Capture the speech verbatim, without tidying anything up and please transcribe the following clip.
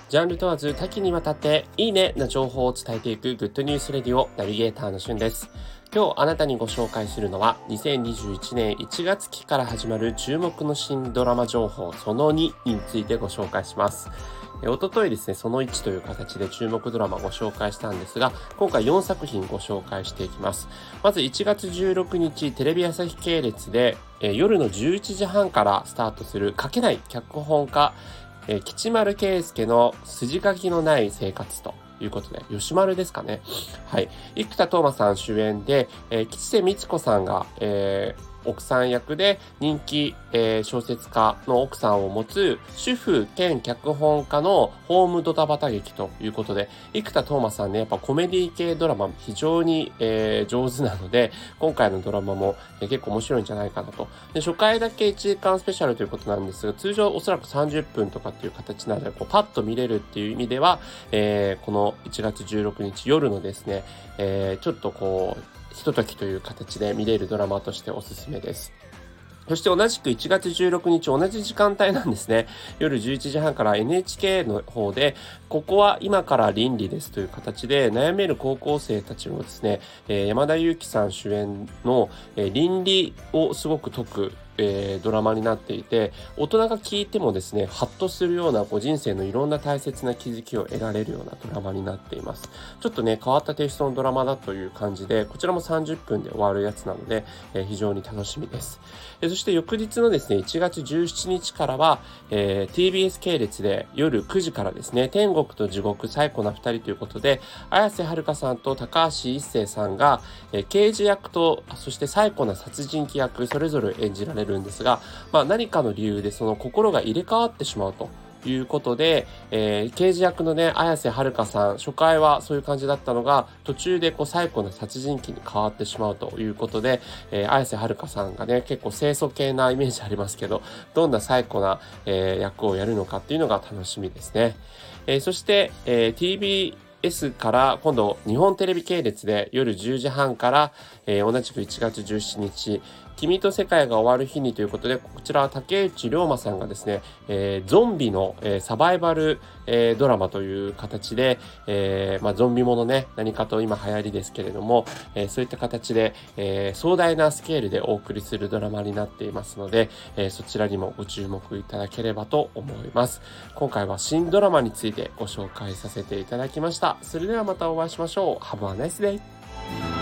ジャンル問わず多岐にわたっていいねな情報を伝えていくグッドニュースレディオナビゲーターのしゅんです。今日あなたにご紹介するのはにせんにじゅういちねんいちがつ期から始まる注目の新ドラマ情報そのにについてご紹介します。おとといですね、そのいちという形で注目ドラマをご紹介したんですが、今回よんさく品ご紹介していきます。まずいちがつじゅうろくにち、テレビ朝日系列で、えー、夜のじゅういちじはんからスタートする書けない脚本家、えー、吉丸圭介の筋書きのない生活ということで、吉丸ですかね。はい。生田斗真さん主演で、えー、吉瀬美智子さんが、えー奥さん役で人気、えー、小説家の奥さんを持つ主婦兼脚本家のホームドタバタ劇ということで、生田斗真さんね、やっぱコメディ系ドラマ非常に、えー、上手なので、今回のドラマも、えー、結構面白いんじゃないかなと。で、初回だけいちじかんスペシャルということなんですが、通常おそらくさんじゅっぷんとかっていう形なので、こうパッと見れるっていう意味では、えー、このいちがつじゅうろくにち夜のですね、えー、ちょっとこう、ひとときという形で見れるドラマとしておすすめです。そして同じくいちがつじゅうろくにち同じ時間帯なんですね。夜じゅういちじはんから エヌエイチケー の方で、ここは今から倫理ですという形で悩める高校生たちをですね、えー、山田裕貴さん主演の、えー、倫理をすごく説くえー、ドラマになっていて、大人が聞いてもですね、ハッとするようなこう人生のいろんな大切な気づきを得られるようなドラマになっています。ちょっとね、変わったテイストのドラマだという感じで、こちらもさんじゅっぷんで終わるやつなので、えー、非常に楽しみです。えー、そして翌日のですね、いちがつじゅうしちにちからは、えー、ティービーエス 系列で夜くじからですね、天国と地獄最古なふたりということで、綾瀬はるかさんと高橋一生さんが、えー、刑事役と、そして最古な殺人鬼役、それぞれ演じられるんですが、まあ、何かの理由でその心が入れ替わってしまうということで、えー、刑事役のね、綾瀬はるかさん、初回はそういう感じだったのが、途中でこう最古な殺人鬼に変わってしまうということで、えー、綾瀬はるかさんがね、結構清楚系なイメージありますけど、どんな最古な、えー、役をやるのかっていうのが楽しみですね。えー、そして、えー、ティービーS から今度日本テレビ系列で夜じゅうじはんから、えー、同じくいちがつじゅうしちにち君と世界が終わる日にということで、こちらは竹内涼真さんがですね、えー、ゾンビの、えー、サバイバル、えー、ドラマという形で、えーまあ、ゾンビものね、何かと今流行りですけれども、えー、そういった形で、えー、壮大なスケールでお送りするドラマになっていますので、えー、そちらにもご注目いただければと思います。今回は新ドラマについてご紹介させていただきました。それではまたお会いしましょう。Have a nice day!